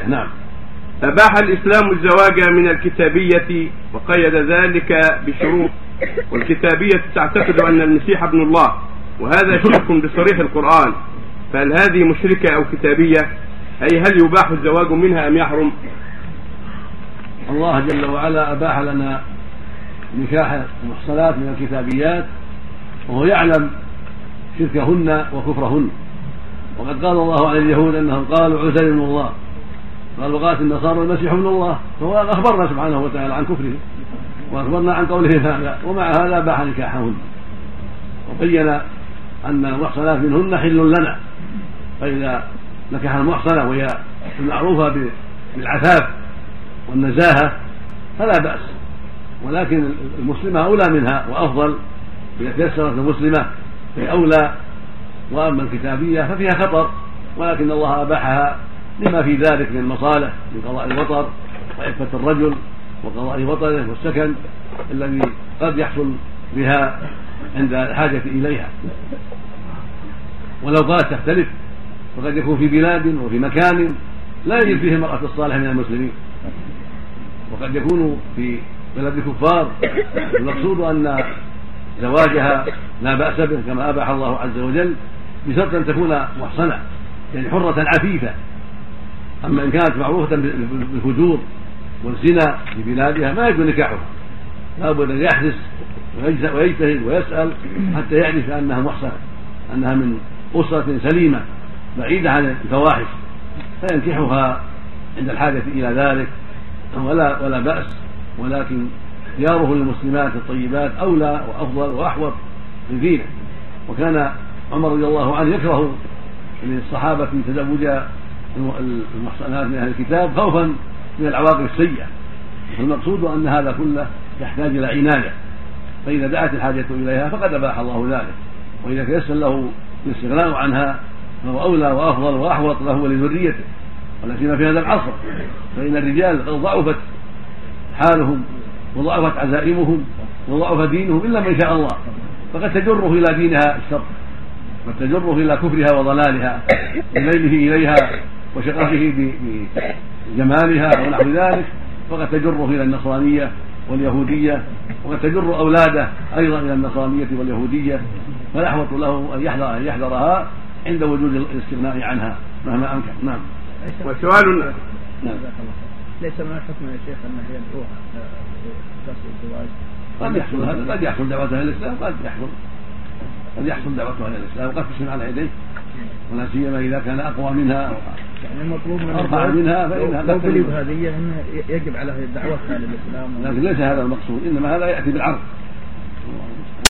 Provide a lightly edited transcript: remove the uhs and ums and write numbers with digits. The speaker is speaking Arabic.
نعم. أباح الإسلام الزواج من الكتابية وقيد ذلك بشروط، والكتابية تعتقد أن المسيح ابن الله، وهذا شرك بصريح القرآن، فهل هذه مشركة أو كتابية؟ أي هل يباح الزواج منها أم يحرم؟ الله جل وعلا أباح لنا نكاح المحصنات من الكتابيات وهو يعلم شركهن وكفرهن، وقد قال الله عن اليهود أنهم قالوا عزير ابن الله، قال وقالت النصارى المسيح ابن الله، فهو أخبرنا سبحانه وتعالى عن كفره وأخبرنا عن قولهم هذا، ومع هذا باح نكاحهن وبين أن المحصنات منهن حل لنا، فإذا نكح المحصنة وهي المعروفة بالعفاف والنزاهة فلا بأس، ولكن المسلمة أولى منها وأفضل إذا تيسرت المسلمة فهي أولى، وأما الكتابية ففيها خطر، ولكن الله أباحها لما في ذلك من المصالح من قضاء الوطر وعفة الرجل وقضاء وطره والسكن الذي قد يحصل بها عند الحاجة إليها. ولو قالت تختلف فقد يكون في بلاد وفي مكان لا يجد فيه المرأة الصالحة من المسلمين، وقد يكون في بلد الكفار، المقصود أن زواجها لا بأس به كما أباح الله عز وجل بشرط أن تكون محصنة يعني حرة عفيفة. أما إن كانت معروفة بالفجور والزنا في بلادها ما يجوز نكاحها، لا بد أن يحرص ويجتهد ويسأل حتى يعرف أنها محصنة، أنها من أسرة سليمة بعيدة عن الفواحش، فينكحها عند الحاجة إلى ذلك ولا بأس، ولكن اختياره للمسلمات الطيبات أولى وأفضل وأحوط لدينه. وكان عمر رضي الله عنه يكره للصحابة تزوج المحصنات من أهل الكتاب خوفا من العواقب السيئة، فالمقصود أن هذا كله يحتاج إلى عناية، فإذا دعت الحاجة إليها فقد أباح الله ذلك، وإذا تيسر له الاستغناء عنها فهو أولى وأفضل وأحوط له ولذريته، ولا سيما في هذا العصر، فإن الرجال قد ضعفت حالهم وضعفت عزائمهم وضعف دينهم إلا من شاء الله، فقد تجره إلى دينها الشر، قد تجره إلى كفرها وضلالها بميله إليها وشغفه بجمالها ونحو ذلك، فقد تجره إلى النصرانية واليهودية، وقد تجر أولاده أيضا إلى النصرانية واليهودية، فالأحوط له أن يحذرها عند وجود الاستغناء عنها مهما أمكن. نعم. وسؤال ليس من الحكم يا شيخ أنه يدعوها الزواج؟ قد يحصل هذا، قد يحصل دعوتها إلى الإسلام، قد يحصل دعوتها إلى الإسلام، وقد تسلم على يديه، ولا سيما إذا كان أقوى منها يعني المطلوب من أرفع منها فإنها لو تريد هذه يجب على دعوتها للإسلام، لكن ليس هذا المقصود، إنما هذا يأتي بالعرض.